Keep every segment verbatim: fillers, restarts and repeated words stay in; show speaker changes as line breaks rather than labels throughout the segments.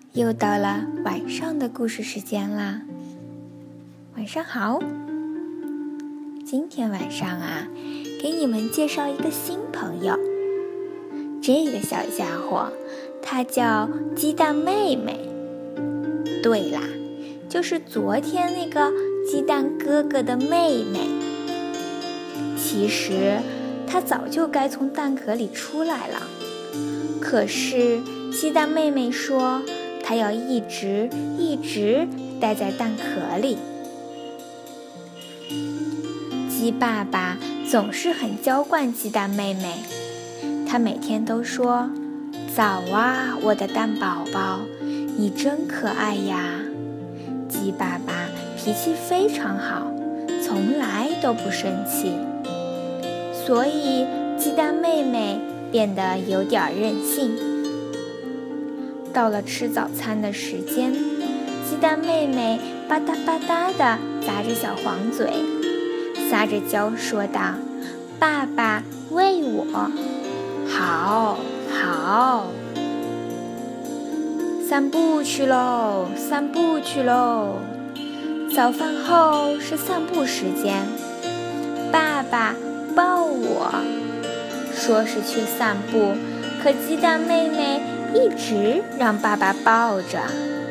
又到了晚上的故事时间啦。晚上好，今天晚上啊，给你们介绍一个新朋友。这个小家伙，他叫鸡蛋妹妹。对啦，就是昨天那个鸡蛋哥哥的妹妹。其实，他早就该从蛋壳里出来了，可是鸡蛋妹妹说，她要一直一直待在蛋壳里。鸡爸爸总是很娇惯鸡蛋妹妹，他每天都说：“早啊，我的蛋宝宝，你真可爱呀。”鸡爸爸脾气非常好，从来都不生气，所以鸡蛋妹妹变得有点任性。到了吃早餐的时间，鸡蛋妹妹吧嗒吧嗒地咂着小黄嘴，撒着娇说道：“爸爸喂我。”好好，散步去喽，散步去喽。早饭后是散步时间，爸爸抱我。说是去散步，可鸡蛋妹妹一直让爸爸抱着。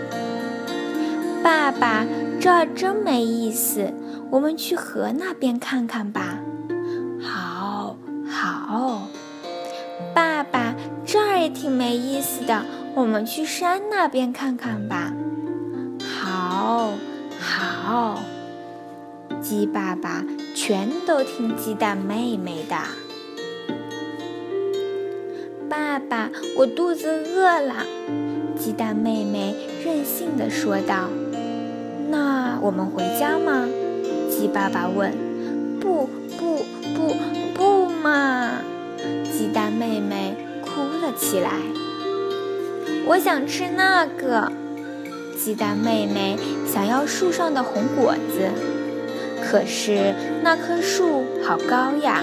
爸爸，这儿真没意思，我们去河那边看看吧。好，好。爸爸，这儿也挺没意思的，我们去山那边看看吧。好，好。鸡爸爸全都听鸡蛋妹妹的。爸爸，我肚子饿了。鸡蛋妹妹任性地说道。那我们回家吗？鸡爸爸问。不不不不嘛！鸡蛋妹妹哭了起来。我想吃那个。鸡蛋妹妹想要树上的红果子，可是那棵树好高呀。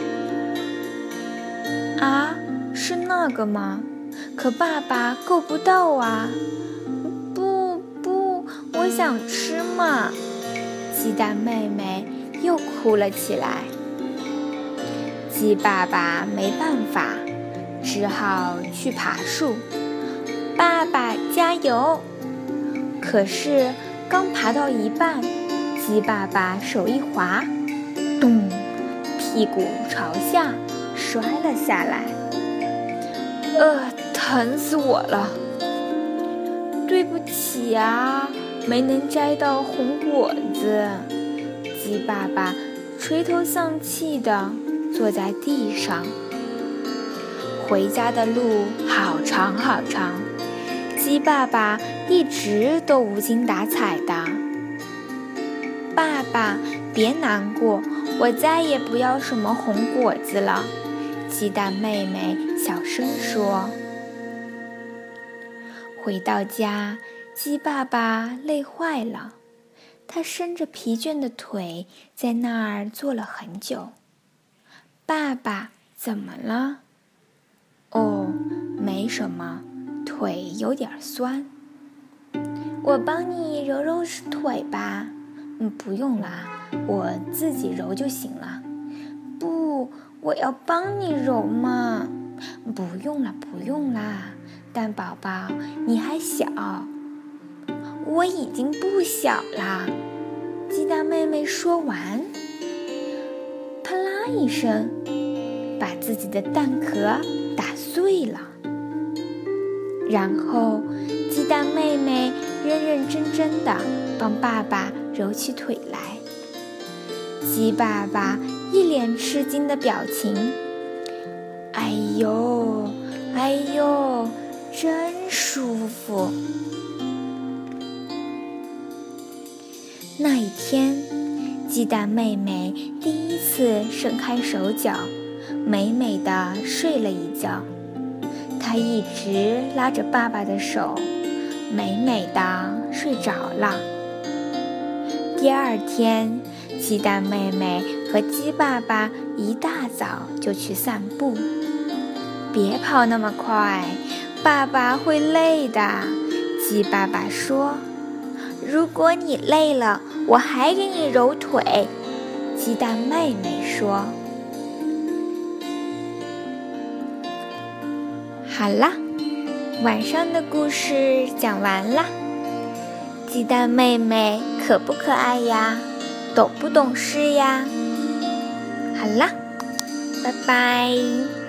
啊，是那个吗？可爸爸够不到啊。不不，我想吃嘛。鸡蛋妹妹又哭了起来。鸡爸爸没办法，只好去爬树。爸爸加油！可是刚爬到一半，鸡爸爸手一滑，咚，屁股朝下摔了下来。呃，疼死我了！对不起啊，没能摘到红果子。鸡爸爸垂头丧气地坐在地上。回家的路好长好长，鸡爸爸一直都无精打采的。爸爸，别难过，我再也不要什么红果子了。鸡蛋妹妹小声说。回到家，鸡爸爸累坏了，他伸着疲倦的腿在那儿坐了很久。爸爸，怎么了？哦，没什么，腿有点酸。我帮你揉揉腿吧。嗯，不用啦，我自己揉就行了。不，我要帮你揉嘛。不用啦，不用啦，蛋宝宝，你还小。我已经不小啦。鸡蛋妹妹说完，啪啦一声，把自己的蛋壳打碎了。然后鸡蛋妹妹认认真真地帮爸爸揉起腿来。鸡爸爸一脸吃惊的表情。哎呦，哎呦，真舒服。那一天，鸡蛋妹妹第一次伸开手脚，美美地睡了一觉。她一直拉着爸爸的手，美美地睡着了。第二天，鸡蛋妹妹和鸡爸爸一大早就去散步。别跑那么快，爸爸会累的。 鸡爸爸说：“如果你累了，我还给你揉腿。”鸡蛋妹妹说：“好啦，晚上的故事讲完啦。鸡蛋妹妹可不可爱呀？懂不懂事呀？好啦，拜拜。”